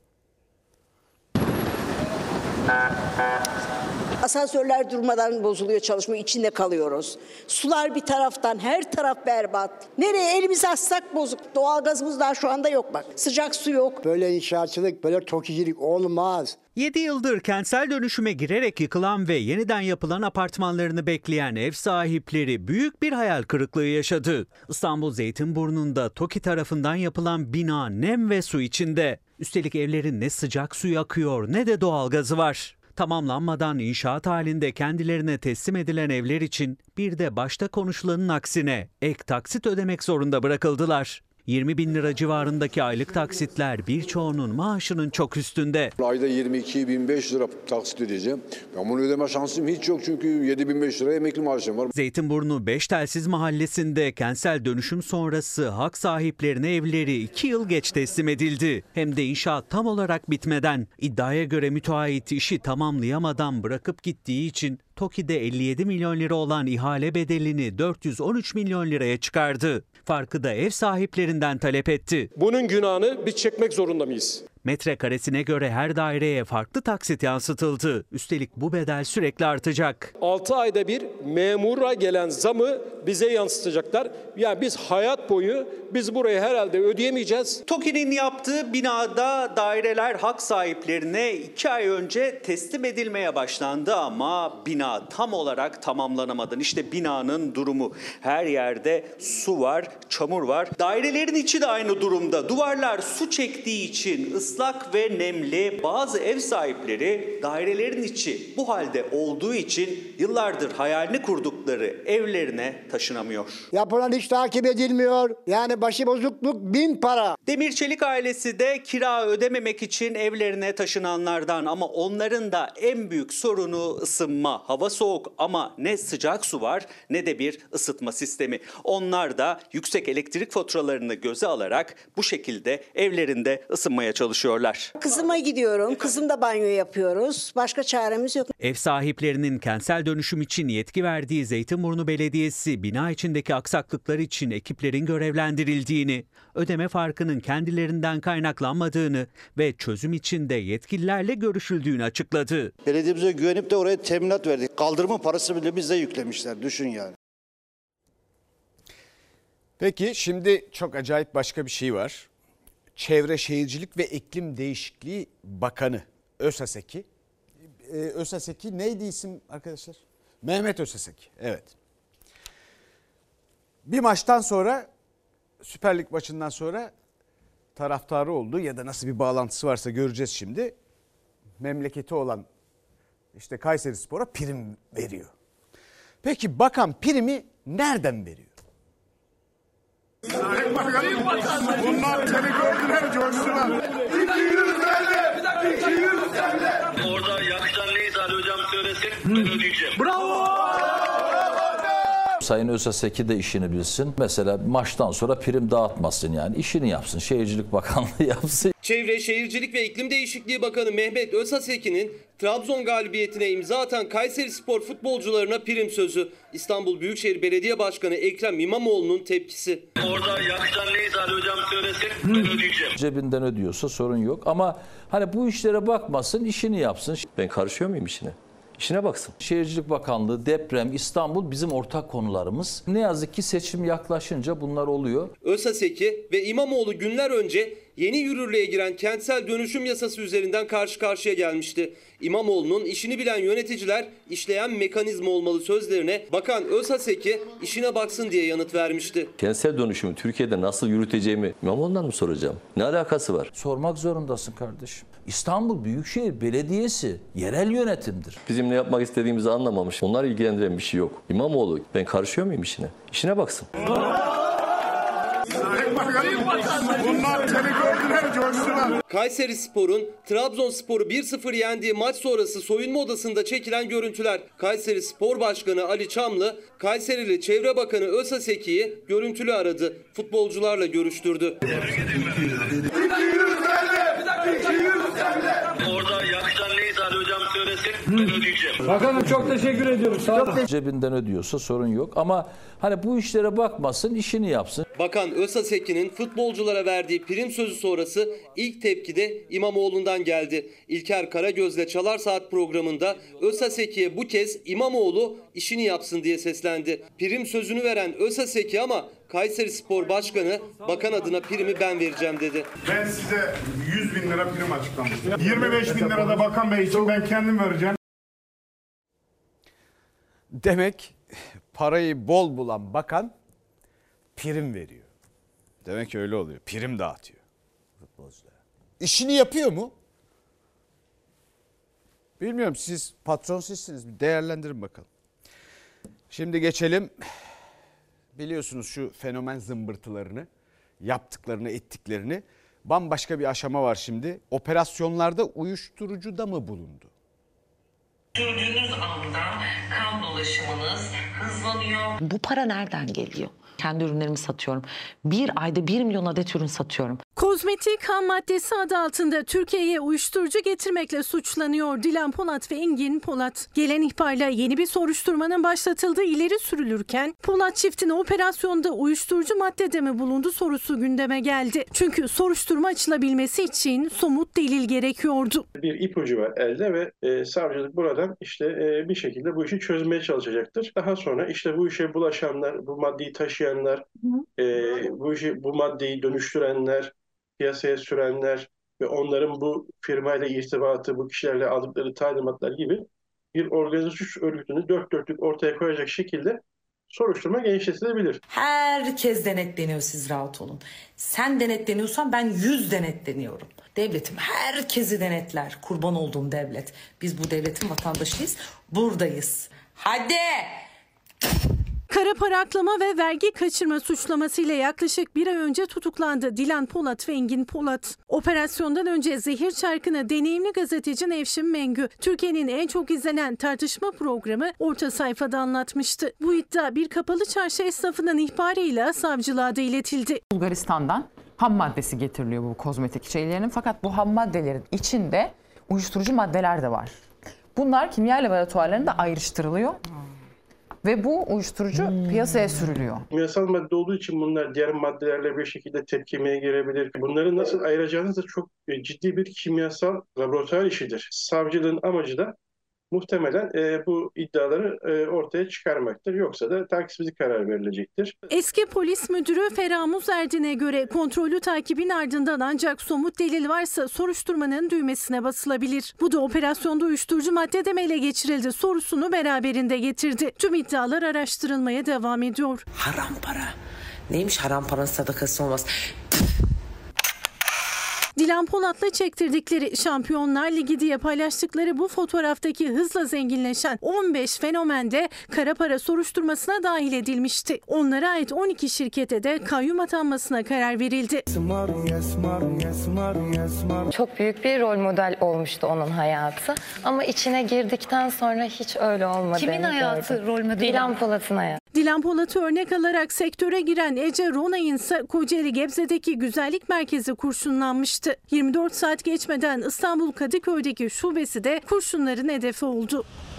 Asansörler durmadan bozuluyor, çalışmıyor, içinde kalıyoruz. Sular bir taraftan, her taraf berbat. Nereye elimizi atsak bozuk. Doğalgazımız daha şu anda yok bak. Sıcak su yok. Böyle inşaatçılık, böyle TOKİ'cilik olmaz. yedi yıldır kentsel dönüşüme girerek yıkılan ve yeniden yapılan apartmanlarını bekleyen ev sahipleri büyük bir hayal kırıklığı yaşadı. İstanbul Zeytinburnu'nda TOKİ tarafından yapılan bina nem ve su içinde. Üstelik evlerin ne sıcak suyu akıyor ne de doğalgazı var. Tamamlanmadan inşaat halinde kendilerine teslim edilen evler için bir de başta konuşulanın aksine ek taksit ödemek zorunda bırakıldılar. yirmi bin lira civarındaki aylık taksitler birçoğunun maaşının çok üstünde. Ayda yirmi iki bin beş lira taksit ödeyeceğim. Ben bunu ödeme şansım hiç yok çünkü yedi bin beş lira emekli maaşım var. Zeytinburnu Beştelsiz mahallesinde kentsel dönüşüm sonrası hak sahiplerine evleri iki yıl geç teslim edildi. Hem de inşaat tam olarak bitmeden. İddiaya göre müteahhit işi tamamlayamadan bırakıp gittiği için TOKİ'de elli yedi milyon lira olan ihale bedelini dört yüz on üç milyon liraya çıkardı. Farkı da ev sahiplerinden talep etti. Bunun günahını biz çekmek zorunda mıyız? Metrekaresine göre her daireye farklı taksit yansıtıldı. Üstelik bu bedel sürekli artacak. altı ayda bir memura gelen zamı bize yansıtacaklar. Yani biz hayat boyu biz burayı herhalde ödeyemeyeceğiz. TOKİ'nin yaptığı binada daireler hak sahiplerine iki ay önce teslim edilmeye başlandı ama bina tam olarak tamamlanamadı. İşte binanın durumu. Her yerde su var, çamur var. Dairelerin içi de aynı durumda. Duvarlar su çektiği için ıslak ve nemli. Bazı ev sahipleri dairelerin içi bu halde olduğu için yıllardır hayalini kurdukları evlerine taşınamıyor. Yapılan hiç takip edilmiyor. Yani başıbozukluk bin para. Demirçelik ailesi de kira ödememek için evlerine taşınanlardan ama onların da en büyük sorunu ısınma. Hava soğuk ama ne sıcak su var ne de bir ısıtma sistemi. Onlar da yüksek elektrik faturalarını göze alarak bu şekilde evlerinde ısınmaya çalışıyorlar. Kızıma gidiyorum. Kızımda banyo yapıyoruz. Başka çaremiz yok. Ev sahiplerinin kentsel dönüşüm için yetki verdiği Zeytinburnu Belediyesi bina içindeki aksaklıklar için ekiplerin görevlendirildiğini, ödeme farkının kendilerinden kaynaklanmadığını ve çözüm için de yetkililerle görüşüldüğünü açıkladı. Belediyemize güvenip de oraya teminat verdik. Kaldırma parası bile bize yüklemişler. Düşün yani. Peki şimdi çok acayip başka bir şey var. Çevre Şehircilik ve İklim Değişikliği Bakanı Özaseki. Ee, Özaseki neydi isim arkadaşlar? Mehmet Özaseki. Evet. Bir maçtan sonra, Süper Lig maçından sonra taraftarı oldu ya da nasıl bir bağlantısı varsa göreceğiz şimdi. Memleketi olan işte Kayserispor'a prim veriyor. Peki bakan primi nereden veriyor? Bunlar seni gördüler, coştular. Orada yakışan neyse Ali hocam söylesin, ben ödeyeceğim. Bravo! Sayın Özaseki de işini bilsin. Mesela maçtan sonra prim dağıtmasın yani. İşini yapsın. Şehircilik Bakanlığı yapsın. Çevre, Şehircilik ve İklim Değişikliği Bakanı Mehmet Özaseki'nin Trabzon galibiyetine imza atan Kayserispor futbolcularına prim sözü. İstanbul Büyükşehir Belediye Başkanı Ekrem İmamoğlu'nun tepkisi. Orada yakışan neyse Ali hocam söylesin, ben ödeyeceğim. Cebinden ödüyorsa sorun yok ama hani bu işlere bakmasın, işini yapsın. Ben karışıyor muyum işine? İşine baksın. Şehircilik Bakanlığı, deprem, İstanbul bizim ortak konularımız. Ne yazık ki seçim yaklaşınca bunlar oluyor. Özaseki ve İmamoğlu günler önce yeni yürürlüğe giren kentsel dönüşüm yasası üzerinden karşı karşıya gelmişti. İmamoğlu'nun işini bilen yöneticiler işleyen mekanizma olmalı sözlerine Bakan Özaseki işine baksın diye yanıt vermişti. Kentsel dönüşümü Türkiye'de nasıl yürüteceğimi İmamoğlu'ndan mı soracağım? Ne alakası var? Sormak zorundasın kardeşim. İstanbul Büyükşehir Belediyesi yerel yönetimdir. Bizim ne yapmak istediğimizi anlamamış. Onlar ilgilendiren bir şey yok. İmamoğlu, ben karışıyor muyum işine? İşine baksın. Bunlar seni gördüler, coştular. Kayserispor'un Trabzonspor'u bir sıfır yendiği maç sonrası soyunma odasında çekilen görüntüler. Kayseri Spor Başkanı Ali Çamlı, Kayserili Çevre Bakanı Ösaseki'yi görüntülü aradı. Futbolcularla görüştürdü. Orada yakışan neyse Ali hocam söylesin, ben ödeyeceğim. Bakanım çok teşekkür ediyorum. Sağ olun. Cebinden ödüyorsa sorun yok ama hani bu işlere bakmasın, işini yapsın. Bakan Ösaseki'nin futbolculara verdiği prim sözü sonrası ilk tepki de İmamoğlu'ndan geldi. İlker Karagöz'le Çalar Saat programında Ösaseki'ye bu kez İmamoğlu işini yapsın diye seslendi. Prim sözünü veren Ösaseki ama Kayserispor Başkanı bakan adına primi ben vereceğim dedi. Ben size yüz bin lira prim açıklamıştım. yirmi beş bin lira da bakan bey için ben kendim vereceğim. Demek parayı bol bulan bakan prim veriyor. Demek ki öyle oluyor. Prim dağıtıyor futbolculara. İşini yapıyor mu? Bilmiyorum, siz patron sizsiniz. Bir değerlendirin bakalım. Şimdi geçelim. Biliyorsunuz şu fenomen zımbırtılarını, yaptıklarını, ettiklerini. Bambaşka bir aşama var şimdi. Operasyonlarda uyuşturucu da mı bulundu? Gördüğünüz anda kan dolaşımınız hızlanıyor. Bu para nereden geliyor? Kendi ürünlerimi satıyorum. Bir ayda bir milyon adet ürün satıyorum. Kozmetik ham maddesi adı altında Türkiye'ye uyuşturucu getirmekle suçlanıyor Dilan Polat ve Engin Polat. Gelen ihbarla yeni bir soruşturmanın başlatıldığı ileri sürülürken Polat çiftine operasyonda uyuşturucu maddede mi bulundu sorusu gündeme geldi. Çünkü soruşturma açılabilmesi için somut delil gerekiyordu. Bir ipucu var elde ve e, savcılık buradan işte e, bir şekilde bu işi çözmeye çalışacaktır. Daha sonra işte bu işe bulaşanlar, bu maddeyi taşıyanlar, e, bu işi bu maddeyi dönüştürenler, piyasaya sürenler ve onların bu firmayla irtibatı, bu kişilerle aldıkları talimatlar gibi bir organize suç örgütünü dört dörtlük ortaya koyacak şekilde soruşturma genişletilebilir. Herkes denetleniyor, siz rahat olun. Sen denetleniyorsan ben yüz denetleniyorum. Devletim herkesi denetler. Kurban olduğum devlet. Biz bu devletin vatandaşıyız. Buradayız. Hadi! Kara para aklama ve vergi kaçırma suçlamasıyla yaklaşık bir ay önce tutuklandı Dilan Polat ve Engin Polat. Operasyondan önce zehir çarkını deneyimli gazeteci Nevşin Mengü, Türkiye'nin en çok izlenen tartışma programı Orta Sayfa'da anlatmıştı. Bu iddia bir kapalı çarşı esnafının ihbarıyla savcılığa da iletildi. Bulgaristan'dan ham maddesi getiriliyor bu kozmetik şeylerin, fakat bu ham maddelerin içinde uyuşturucu maddeler de var. Bunlar kimya laboratuvarlarında ayrıştırılıyor. Ve bu uyuşturucu hmm. piyasaya sürülüyor. Kimyasal madde olduğu için bunlar diğer maddelerle bir şekilde tepkimeye girebilir. Bunları nasıl ayıracağınız da çok ciddi bir kimyasal laboratuvar işidir. Savcılığın amacı da muhtemelen e, bu iddiaları e, ortaya çıkarmaktır. Yoksa da takipsizlik kararı verilecektir. Eski polis müdürü Feramuz Erdin'e göre kontrollü takibin ardından ancak somut delil varsa soruşturmanın düğmesine basılabilir. Bu da operasyonda uyuşturucu madde de mi ele geçirildi sorusunu beraberinde getirdi. Tüm iddialar araştırılmaya devam ediyor. Haram para. Neymiş haram paranın sadakası olmaz. Dilan Polat'la çektirdikleri Şampiyonlar Ligi diye paylaştıkları bu fotoğraftaki hızla zenginleşen on beş fenomen de kara para soruşturmasına dahil edilmişti. Onlara ait on iki şirkete de kayyum atanmasına karar verildi. Çok büyük bir rol model olmuştu onun hayatı. Ama içine girdikten sonra hiç öyle olmadı. Kimin hayatı gördüm. rol modeli? Dilan Polat'ın hayatı. Dilan Polat'ı örnek alarak sektöre giren Ece Ronay'ın ise Kocaeli Gebze'deki güzellik merkezi kurşunlanmıştı. yirmi dört saat geçmeden İstanbul Kadıköy'deki şubesi de kurşunların hedefi oldu.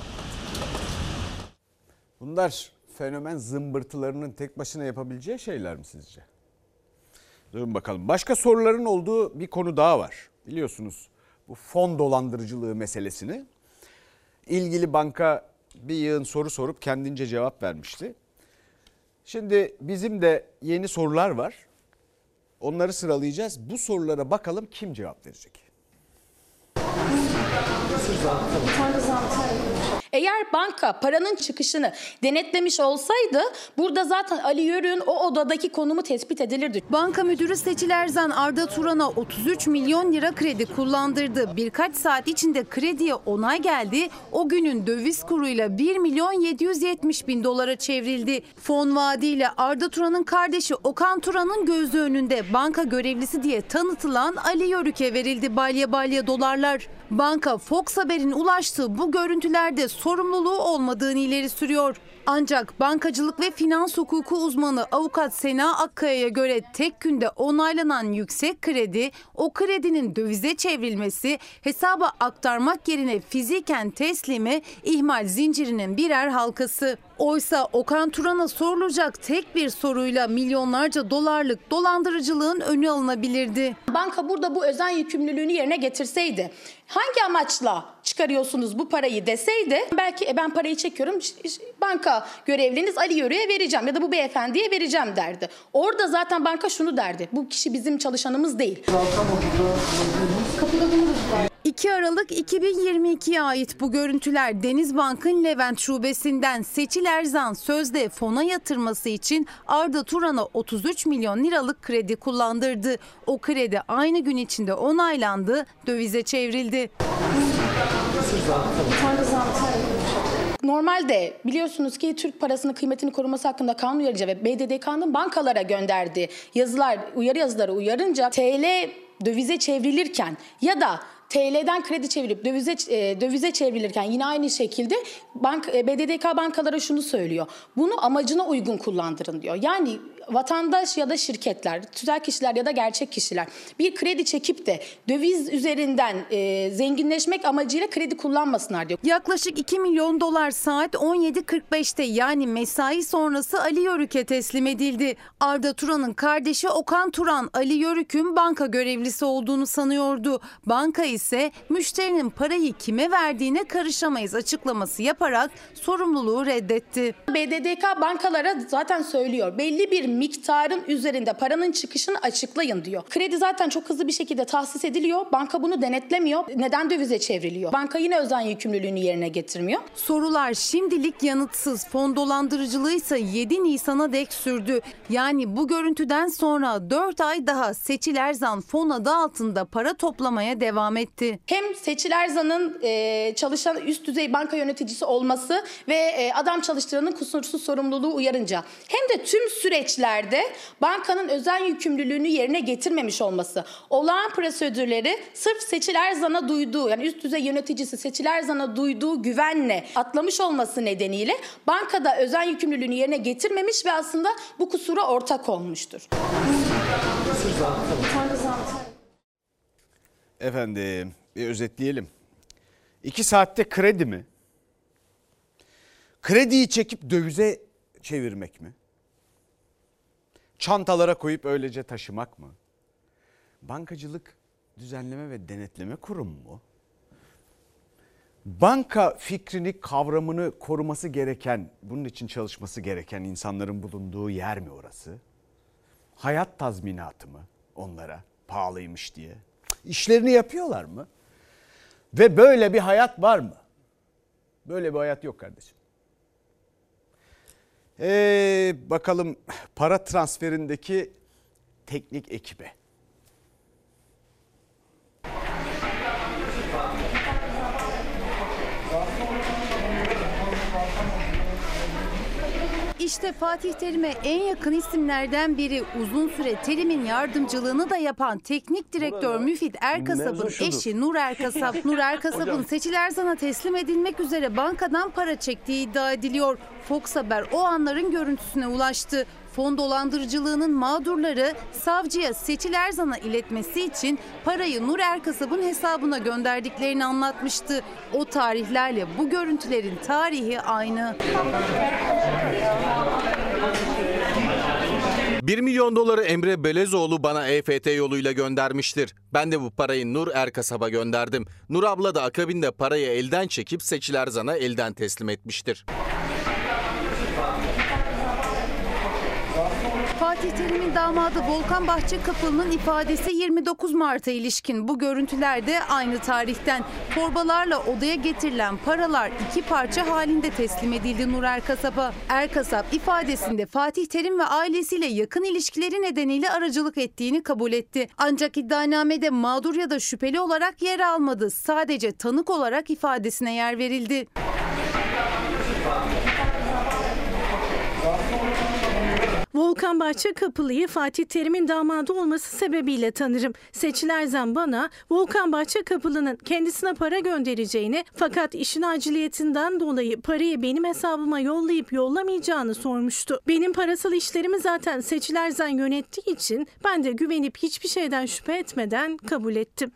Bunlar fenomen zımbırtılarının tek başına yapabileceği şeyler mi sizce? Durun bakalım. Başka soruların olduğu bir konu daha var. Biliyorsunuz bu fon dolandırıcılığı meselesini. İlgili banka bir yığın soru sorup kendince cevap vermişti. Şimdi bizim de yeni sorular var. Onları sıralayacağız. Bu sorulara bakalım kim cevap verecek? Eğer banka paranın çıkışını denetlemiş olsaydı burada zaten Ali Yörük'ün o odadaki konumu tespit edilirdi. Banka müdürü Seçil Erzan Arda Turan'a otuz üç milyon lira kredi kullandırdı. Birkaç saat içinde krediye onay geldi. O günün döviz kuruyla bir milyon yedi yüz yetmiş bin dolara çevrildi. Fon vaadiyle Arda Turan'ın kardeşi Okan Turan'ın gözü önünde banka görevlisi diye tanıtılan Ali Yörük'e verildi balya balya dolarlar. Banka Fox Haber'in ulaştığı bu görüntülerde sorumluluğu olmadığını ileri sürüyor. Ancak bankacılık ve finans hukuku uzmanı avukat Sena Akkaya'ya göre tek günde onaylanan yüksek kredi, o kredinin dövize çevrilmesi, hesaba aktarmak yerine fiziken teslimi, ihmal zincirinin birer halkası. Oysa Okan Turan'a sorulacak tek bir soruyla milyonlarca dolarlık dolandırıcılığın önü alınabilirdi. Banka burada bu özel yükümlülüğünü yerine getirseydi, hangi amaçla çıkarıyorsunuz bu parayı deseydi, belki e ben parayı çekiyorum, banka görevliniz Ali Yörük'e vereceğim ya da bu beyefendiye vereceğim derdi. Orada zaten banka şunu derdi: bu kişi bizim çalışanımız değil. iki Aralık iki bin yirmi iki'ye ait bu görüntüler. Denizbank'ın Levent şubesinden Seçil Erzan sözde fona yatırması için Arda Turan'a otuz üç milyon liralık kredi kullandırdı. O kredi aynı gün içinde onaylandı, dövize çevrildi. Normalde biliyorsunuz ki Türk parasının kıymetini koruması hakkında kanun uyarıcı ve B D D K'nın bankalara gönderdiği yazılar, uyarı yazıları uyarınca T L dövize çevrilirken ya da T L'den kredi çevirip dövize e, dövize çevrilirken yine aynı şekilde bank e, B D D K bankalara şunu söylüyor: bunu amacına uygun kullandırın diyor. Yani vatandaş ya da şirketler, tüzel kişiler ya da gerçek kişiler bir kredi çekip de döviz üzerinden e, zenginleşmek amacıyla kredi kullanmasınlar diyor. Yaklaşık iki milyon dolar saat on yedi kırk beş'te yani mesai sonrası Ali Yörük'e teslim edildi. Arda Turan'ın kardeşi Okan Turan, Ali Yörük'ün banka görevlisi olduğunu sanıyordu. Banka ise müşterinin parayı kime verdiğine karışamayız açıklaması yaparak sorumluluğu reddetti. B D D K bankalara zaten söylüyor: belli bir miktarın üzerinde paranın çıkışını açıklayın diyor. Kredi zaten çok hızlı bir şekilde tahsis ediliyor. Banka bunu denetlemiyor. Neden dövize çevriliyor? Banka yine özel yükümlülüğünü yerine getirmiyor. Sorular şimdilik yanıtsız. Fon dolandırıcılığı ise yedi Nisan'a dek sürdü. Yani bu görüntüden sonra dört ay daha Seçil Erzan fon adı altında para toplamaya devam etti. Hem Seçil Erzan'ın e, çalışan üst düzey banka yöneticisi olması ve e, adam çalıştıranın kusursuz sorumluluğu uyarınca, hem de tüm süreçlerde bankanın özel yükümlülüğünü yerine getirmemiş olması, olağan prosedürleri sırf Seçil Erzan'a duyduğu, yani üst düzey yöneticisi Seçil Erzan'a duyduğu güvenle atlamış olması nedeniyle bankada özel yükümlülüğünü yerine getirmemiş ve aslında bu kusura ortak olmuştur. Efendim, bir özetleyelim. İki saatte kredi mi? Krediyi çekip dövize çevirmek mi? Çantalara koyup öylece taşımak mı? Bankacılık Düzenleme ve Denetleme Kurumu mu? Banka fikrini, kavramını koruması gereken, bunun için çalışması gereken insanların bulunduğu yer mi orası? Hayat tazminatı mı onlara pahalıymış diye? İşlerini yapıyorlar mı? Ve böyle bir hayat var mı? Böyle bir hayat yok kardeşim. Ee, bakalım para transferindeki teknik ekibe. İşte Fatih Terim'e en yakın isimlerden biri, uzun süre Terim'in yardımcılığını da yapan teknik direktör Müfit Erkasap'ın eşi Nur Erkasap. Nur Erkasap'ın Seçil Erzan'a teslim edilmek üzere bankadan para çektiği iddia ediliyor. Fox Haber o anların görüntüsüne ulaştı. Fon dolandırıcılığının mağdurları savcıya Seçil Erzan'a iletmesi için parayı Nur Erkasap'ın hesabına gönderdiklerini anlatmıştı. O tarihlerle bu görüntülerin tarihi aynı. bir milyon doları Emre Belezoğlu bana E F T yoluyla göndermiştir. Ben de bu parayı Nur Erkasap'a gönderdim. Nur abla da akabinde parayı elden çekip Seçil Erzan'a elden teslim etmiştir. Fatih Terim'in damadı Volkan Bahçekapılı'nın ifadesi yirmi dokuz Mart'a ilişkin. Bu görüntüler de aynı tarihten. Torbalarla odaya getirilen paralar iki parça halinde teslim edildi Nur Erkasap'a. Erkasap ifadesinde Fatih Terim ve ailesiyle yakın ilişkileri nedeniyle aracılık ettiğini kabul etti. Ancak iddianamede mağdur ya da şüpheli olarak yer almadı. Sadece tanık olarak ifadesine yer verildi. Volkan Bahçekapılı'yı Fatih Terim'in damadı olması sebebiyle tanırım. Seçil Erzan bana Volkan Bahçekapılı'nın kendisine para göndereceğini fakat işin aciliyetinden dolayı parayı benim hesabıma yollayıp yollamayacağını sormuştu. Benim parasal işlerimi zaten Seçil Erzan yönettiği için ben de güvenip hiçbir şeyden şüphe etmeden kabul ettim.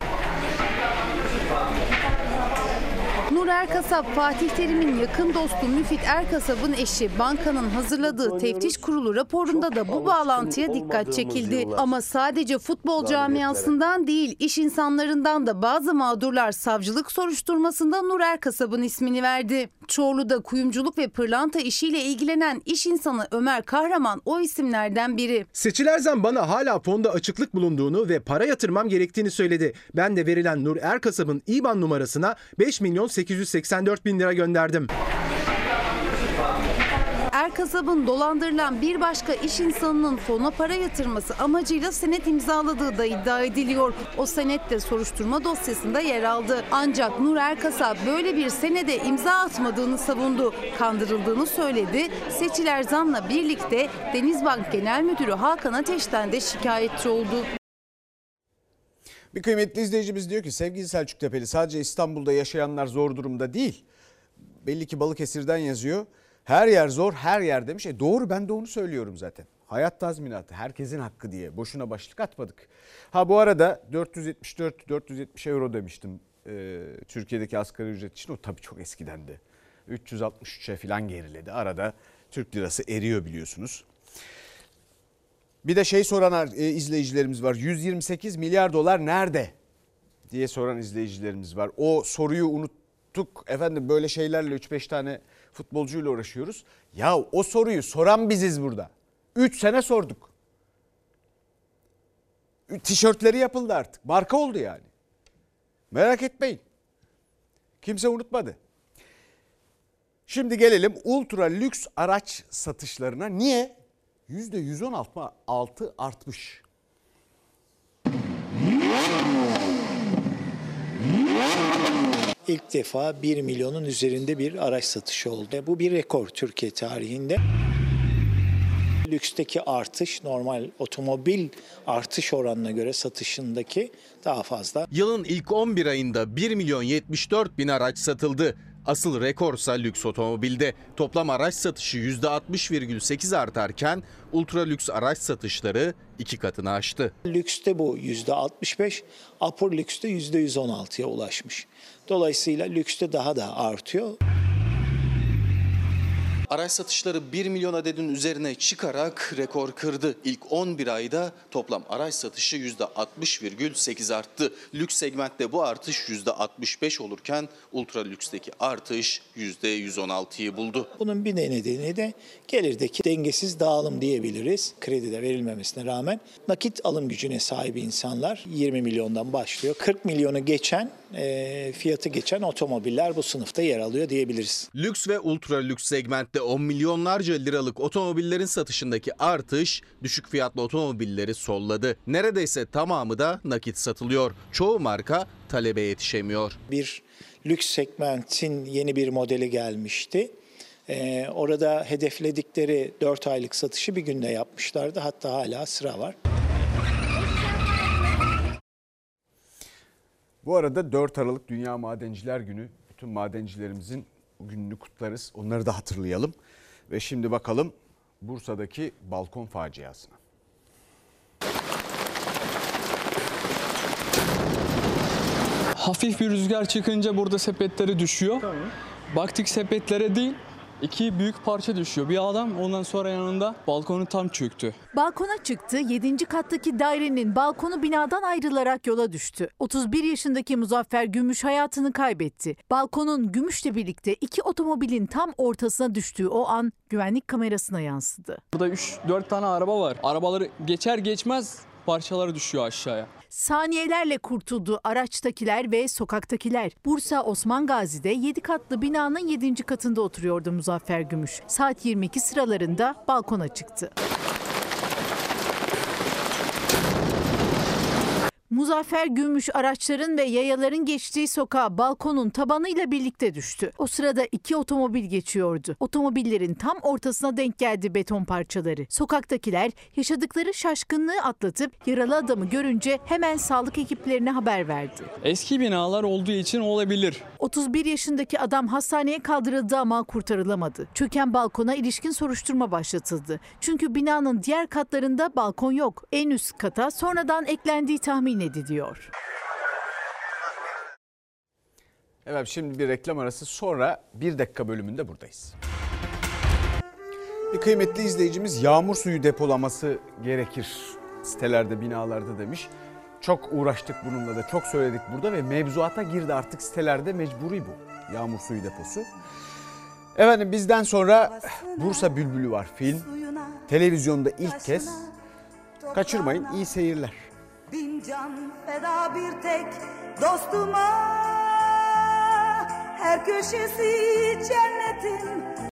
Nur Erkasap, Fatih Terim'in yakın dostu Müfit Erkasap'ın eşi. Bankanın hazırladığı teftiş kurulu raporunda da bu bağlantıya dikkat çekildi. Ama sadece futbol camiasından değil, iş insanlarından da bazı mağdurlar savcılık soruşturmasında Nur Erkasap'ın ismini verdi. Çorlu'da kuyumculuk ve pırlanta işiyle ilgilenen iş insanı Ömer Kahraman o isimlerden biri. Seçil Erzan bana hala fonda açıklık bulunduğunu ve para yatırmam gerektiğini söyledi. Ben de verilen Nur Erkasap'ın İ B A N numarasına beş milyon sekiz yüz seksen dört bin lira gönderdim. Erkasap'ın dolandırılan bir başka iş insanının fona para yatırması amacıyla senet imzaladığı da iddia ediliyor. O senet de soruşturma dosyasında yer aldı. Ancak Nur Erkasap böyle bir senede imza atmadığını savundu. Kandırıldığını söyledi. Seçil Erzan'la birlikte Denizbank Genel Müdürü Hakan Ateş'ten de şikayetçi oldu. Bir kıymetli izleyicimiz diyor ki sevgili Selçuk Tepeli, sadece İstanbul'da yaşayanlar zor durumda değil. Belli ki Balıkesir'den yazıyor. Her yer zor, her yer demiş. E doğru, ben de onu söylüyorum zaten. Hayat tazminatı herkesin hakkı diye boşuna başlık atmadık. Ha bu arada dört yüz yetmiş dört dört yüz yetmiş euro demiştim e, Türkiye'deki asgari ücret için. O tabii çok eskidendi. üç yüz altmış üçe falan geriledi. Arada Türk lirası eriyor biliyorsunuz. Bir de şey soran e, izleyicilerimiz var. yüz yirmi sekiz milyar dolar nerede diye soran izleyicilerimiz var. O soruyu unuttuk. Efendim böyle şeylerle üç beş tane futbolcuyla uğraşıyoruz. Ya o soruyu soran biziz burada. üç sene sorduk. Tişörtleri yapıldı artık. Marka oldu yani. Merak etmeyin. Kimse unutmadı. Şimdi gelelim ultra lüks araç satışlarına. Niye? yüzde yüz on altı artmış. İlk defa bir milyonun üzerinde bir araç satışı oldu. Bu bir rekor Türkiye tarihinde. Lüksteki artış normal otomobil artış oranına göre satışındaki daha fazla. Yılın ilk on bir ayında bir milyon yetmiş dört bin araç satıldı. Asıl rekorsa lüks otomobilde. Toplam araç satışı yüzde altmış virgül sekiz artarken ultra lüks araç satışları iki katını aştı. Lükste bu yüzde altmış beş, upper lükste yüzde yüz on altıya ulaşmış. Dolayısıyla lükste daha da artıyor. Araç satışları bir milyon adetin üzerine çıkarak rekor kırdı. İlk on bir ayda toplam araç satışı yüzde altmış virgül sekiz arttı. Lüks segmentte bu artış yüzde altmış beş olurken ultra lüksteki artış yüzde yüz on altıyı buldu. Bunun bir nedeni de gelirdeki dengesiz dağılım diyebiliriz. Kredi de verilmemesine rağmen nakit alım gücüne sahip insanlar yirmi milyondan başlıyor. kırk milyonu geçen e, fiyatı geçen otomobiller bu sınıfta yer alıyor diyebiliriz. Lüks ve ultra lüks segmentte on milyonlarca liralık otomobillerin satışındaki artış düşük fiyatlı otomobilleri solladı. Neredeyse tamamı da nakit satılıyor. Çoğu marka talebe yetişemiyor. Bir lüks segmentin yeni bir modeli gelmişti. Ee, orada hedefledikleri dört aylık satışı bir günde yapmışlardı. Hatta hala sıra var. Bu arada dört Aralık Dünya Madenciler Günü. Bütün madencilerimizin gününü kutlarız. Onları da hatırlayalım. Ve şimdi bakalım Bursa'daki balkon faciasına. Hafif bir rüzgar çıkınca burada sepetleri düşüyor. Tamam. Baktık sepetlere değil, İki büyük parça düşüyor. Bir adam, ondan sonra yanında balkonu tam çöktü. Balkona çıktı. yedinci kattaki dairenin balkonu binadan ayrılarak yola düştü. otuz bir yaşındaki Muzaffer Gümüş hayatını kaybetti. Balkonun Gümüş'le birlikte iki otomobilin tam ortasına düştüğü o an güvenlik kamerasına yansıdı. Burada üç dört tane araba var. Arabaları geçer geçmez parçaları düşüyor aşağıya. Saniyelerle kurtuldu araçtakiler ve sokaktakiler. Bursa Osman Gazi'de yedi katlı binanın yedinci katında oturuyordu Muzaffer Gümüş. Saat yirmi iki sıralarında balkona çıktı. Muzaffer Gümüş araçların ve yayaların geçtiği sokağa balkonun tabanıyla birlikte düştü. O sırada iki otomobil geçiyordu. Otomobillerin tam ortasına denk geldi beton parçaları. Sokaktakiler yaşadıkları şaşkınlığı atlatıp yaralı adamı görünce hemen sağlık ekiplerine haber verdi. Eski binalar olduğu için olabilir. otuz bir yaşındaki adam hastaneye kaldırıldı ama kurtarılamadı. Çöken balkona ilişkin soruşturma başlatıldı. Çünkü binanın diğer katlarında balkon yok. En üst kata sonradan eklendiği tahmin ediliyor. Evet, şimdi bir reklam arası, sonra bir dakika bölümünde buradayız. Bir kıymetli izleyicimiz yağmur suyu depolaması gerekir sitelerde, binalarda demiş. Çok uğraştık bununla da, çok söyledik burada ve mevzuata girdi artık, sitelerde mecburi bu yağmur suyu deposu. Efendim, bizden sonra Bursa Bülbülü var film. Televizyonda ilk kez. Kaçırmayın, iyi seyirler. Bin can feda bir tek dostuma, her köşesi cennetin